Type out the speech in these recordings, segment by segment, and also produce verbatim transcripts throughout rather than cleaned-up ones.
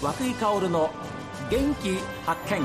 涌井薫の元気発見。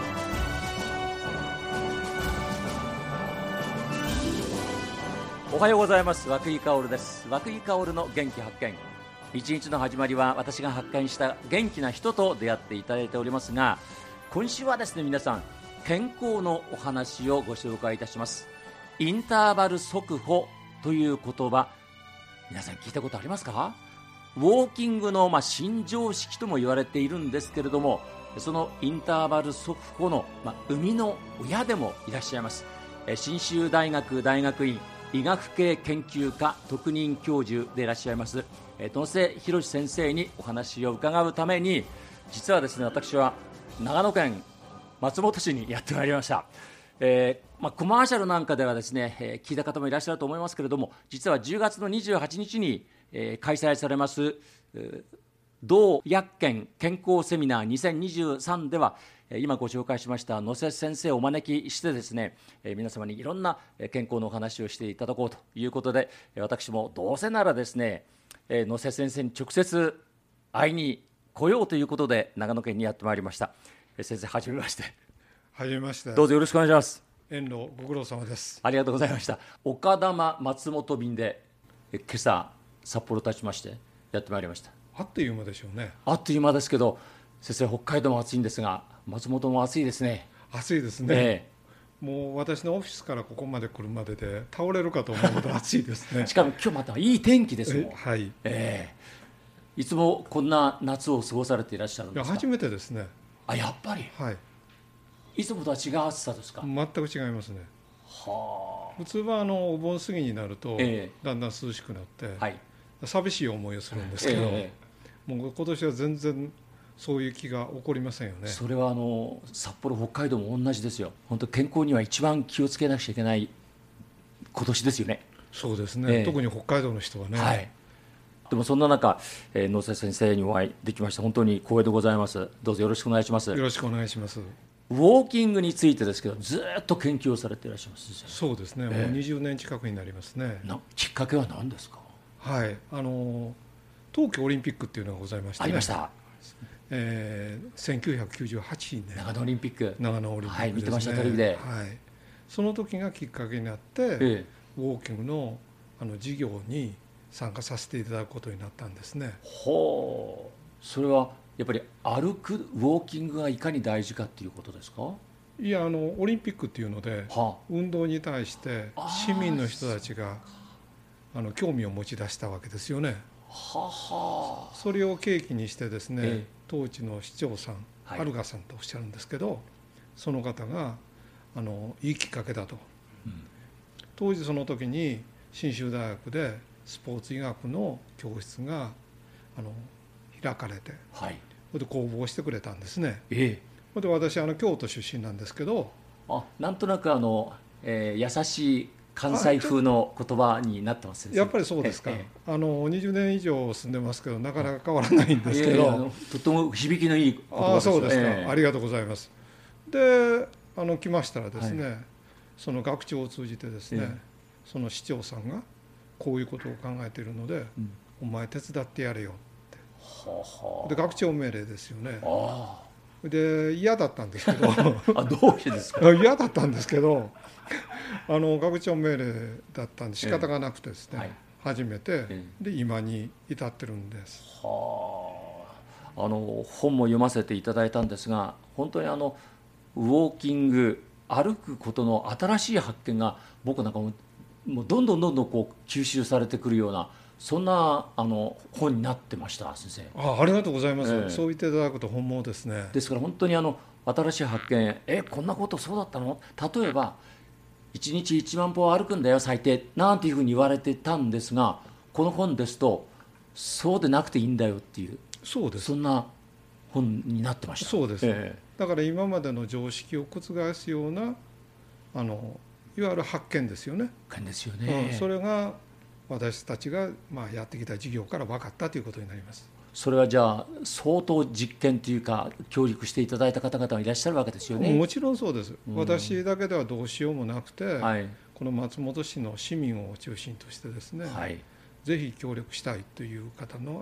おはようございます。涌井薫です。涌井薫の元気発見。一日の始まりは私が発見した元気な人と出会っていただいておりますが、今週はですね、皆さん健康のお話をご紹介いたします。インターバル速歩という言葉、皆さん聞いたことありますか？ウォーキングのまあ新常識とも言われているんですけれども、そのインターバル速歩のまあ生みの親でもいらっしゃいます。信州大学大学院医学系研究科特任教授でいらっしゃいます野瀬博先生にお話を伺うために、実はですね、私は長野県松本市にやってまいりました。えーまあ、コマーシャルなんかではですね、えー、聞いた方もいらっしゃると思いますけれども、実はじゅうがつのにじゅうはちにちに、えー、開催されます、えー、同薬研健康セミナーにせんにじゅうさんでは、今ご紹介しました野瀬先生をお招きしてですね、皆様にいろんな健康のお話をしていただこうということで、私もどうせならですね、野瀬先生に直接会いに来ようということで長野県にやってまいりました。先生、はじめまして。 はじめまして。 どうぞよろしくお願いします。 遠路ご苦労様です。 ありがとうございました。岡玉松本便で今朝札幌立ちましてやってまいりました。 あっという間でしょうね。 あっという間ですけど、先生、北海道も暑いんですが松本も暑いですね。 暑いですね、ええ、もう私のオフィスからここまで来るまでで倒れるかと思うほど暑いですね。 しかも今日またいい天気ですもん。 はい、 ええ、いつもこんな夏を過ごされていらっしゃるんですか？ いや初めてですね。 あ、やっぱり、 はい、 いつもとは違う暑さですか？ 全く違いますね。 はあ、 普通はあのお盆過ぎになると、 ええ、 だんだん涼しくなって、 はい、 寂しい思いをするんですけど、 ええ、もう今年は全然そういう気が起こりませんよね。 それはあの札幌北海道も同じですよ。本当健康には一番気をつけなくちゃいけない今年ですよね。 そうですね、ええ、特に北海道の人はね、 はい、でもそんな中、えー、野瀬先生にお会いできました。本当に光栄でございます。どうぞよろしくお願いします。 よろしくお願いします。 ウォーキングについてですけど、ずっと研究をされていらっしゃいます。 そうですね、ええ、もうにじゅうねん近くになりますね。 なきっかけは何ですか？ はい、あの冬季オリンピックっていうのがございまして、ね、 ありました。 えー、せんきゅうひゃくきゅうじゅうはちねん長野オリンピック長野オリンピックですね、 はい、見てましたテレビで、 はい、その時がきっかけになって、ええ、ウォーキングのあの授業に参加させていただくことになったんですね。 ほう、それはやっぱり歩くウォーキングがいかに大事かっていうことですか？いや、あのオリンピックっていうので、はあ、運動に対して市民の人たちがあの興味を持ち出したわけですよね。はは、それを契機にしてですね、ええ、当地の市長さん、はい、アルガさんとおっしゃるんですけど、その方があのいいきっかけだと、うん、当時その時に信州大学でスポーツ医学の教室があの開かれて、はい、それで公募してくれたんですね。ええ、で私あの京都出身なんですけど、 あ、なんとなくあの、えー、優しい関西風の言葉になってますね。 やっぱりそうですか。ええ、あのにじゅうねん以上住んでますけどなかなか変わらないんですけど、えー、とても響きのいい言葉です。 あ、そうですか、えー、ありがとうございます。で、あの来ましたらですね、はい、その学長を通じてですね、えー、その市長さんがこういうことを考えているので、うん、お前手伝ってやれよって、はは、で学長命令ですよね。あ、で嫌だったんですけどあ、どうしてですか？ 嫌だったんですけどあの学長命令だったんで仕方がなくてですね、えーはい、始めて、えー、で今に至ってるんです。 はあ、あの本も読ませていただいたんですが、本当にあのウォーキング、歩くことの新しい発見が僕なんかももうどんどんどんどんこう吸収されてくるような、そんなあの本になってました。先生、 あ, ありがとうございます、えー、そう言っていただくと本望ですね。 ですから本当にあの新しい発見、えこんなことそうだったの、例えばいちにちいちまん歩歩くんだよ最低なんていうふうに言われてたんですが、この本ですとそうでなくていいんだよっていう、 そうです、 そんな本になってました。 そうです、えー、だから今までの常識を覆すようなあのいわゆる発見ですよね。 発見ですよね、 うん、それが私たちがまあやってきた事業から分かったということになります。 それはじゃあ相当実験というか協力していただいた方々がいらっしゃるわけですよね。 もちろんそうです、うん、私だけではどうしようもなくて、はい、この松本市の市民を中心としてですね、はい、ぜひ協力したいという方の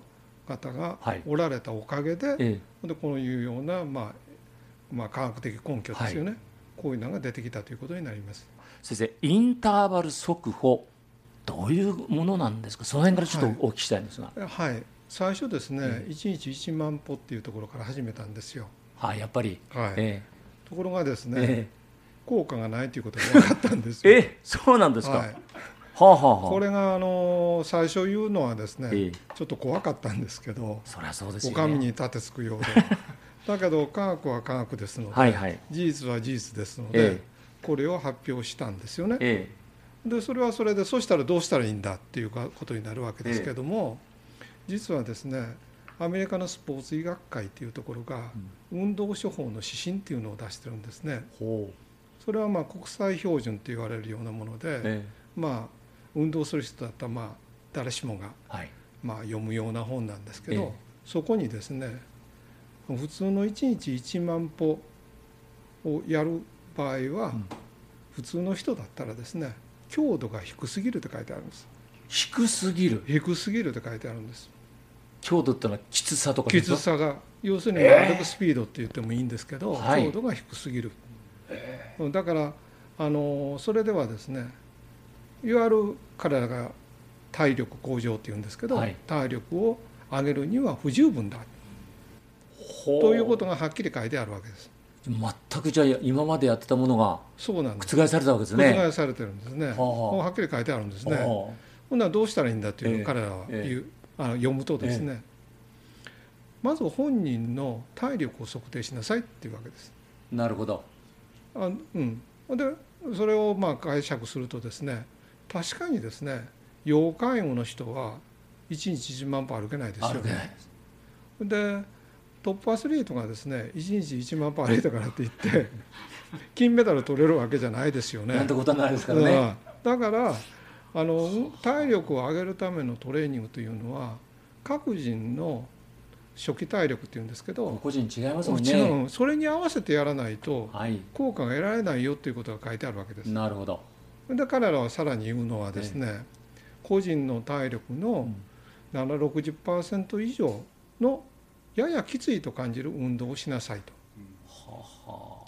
方がおられたおかげで、はい、でこういうような、まあまあ、科学的根拠ですよね、はい、こういうのが出てきたということになります。 先生、インターバル速歩どういうものなんですか。その辺からちょっとお聞きしたいんですが。 はい、はい、最初ですね、いちにちいちまん歩っていうところから始めたんですよ。 はい、やっぱり、 はい、 えー、ところがですね、えー、効果がないということが分かったんですよ。 え、そうなんですか。はい、はあはあはあ、 これがあの最初言うのはですね、えー、ちょっと怖かったんですけど、 そりゃそうですよね、 お上に立てつくようでだけど科学は科学ですので、 はいはい、 事実は事実ですので、えー、これを発表したんですよね。えー、でそれはそれで、そしたらどうしたらいいんだっていうことになるわけですけども、えー、実はですね、アメリカのスポーツ医学会というところが運動処方の指針っていうのを出してるんですね。 うん、 それはまあ国際標準と言われるようなもので、えー、まあ運動する人だったらまあ誰しもがまあ読むような本なんですけど、えー、そこにですね、普通のいちにちいちまん歩をやる場合は、うん、普通の人だったらですね、強度が低すぎるって書いてあるんです。 低すぎる低すぎるって書いてあるんです。 強度ってのはきつさとかですか。きつさが、要するに歩くスピードって言ってもいいんですけど、えー、強度が低すぎる、はい、だからあのそれではですね、いわゆる彼らが体力向上っていうんですけど、はい、体力を上げるには不十分だということがはっきり書いてあるわけです。 全くじゃあ今までやってたものが覆されたわけですね。 覆されてるんですね。はっきり書いてあるんですね。ほんならどうしたらいいんだっていうのを彼らは言う、えーえー、あの読むとですね、えー、まず本人の体力を測定しなさいっていうわけです。 なるほど。 あ、うん、でそれをまあ解釈するとですね、確かにですね、要介護の人はいちにちいちまん歩歩けないですよね。でトップアスリートがですね、いちにちいちまん歩歩いたからって言って金メダル取れるわけじゃないですよね。 なんてことはないですからね。 だからあの体力を上げるためのトレーニングというのは、各人の初期体力っていうんですけど、 個人違いますもんね。それに合わせてやらないと効果が得られないよということが書いてあるわけです。 なるほど。 で彼らはさらに言うのはですね、ええ、個人の体力のななじゅう、ろくじゅっパーセント 以上のややきついと感じる運動をしなさいと。うん、はは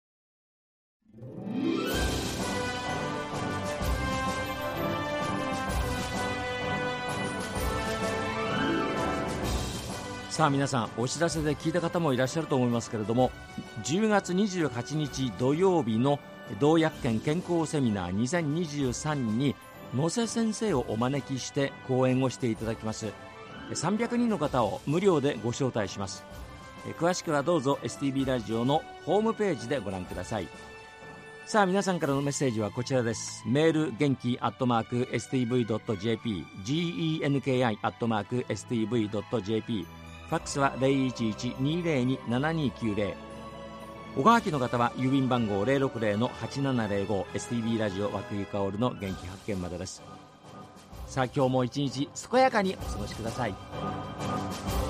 さあ皆さん、お知らせで聞いた方もいらっしゃると思いますけれども、じゅうがつにじゅうはちにち土曜日の同薬研健康セミナーにせんにじゅうさんに野瀬先生をお招きして講演をしていただきます。さんびゃくにんの方を無料でご招待します。詳しくはどうぞ エスティービー ラジオのホームページでご覧ください。さあ皆さんからのメッセージはこちらです。メール元気アットマーク エスティーブイドットジェーピー genki アットマーク エスティーブイドットジェーピー、 ファックスは ゼロいちいち にゼロに ななにきゅうゼロ、おはがきの方は郵便番号 ゼロろくゼロのはちななゼロご エスティービー ラジオ和久井薫の元気発見までです。さあ今日も一日健やかにお過ごしください。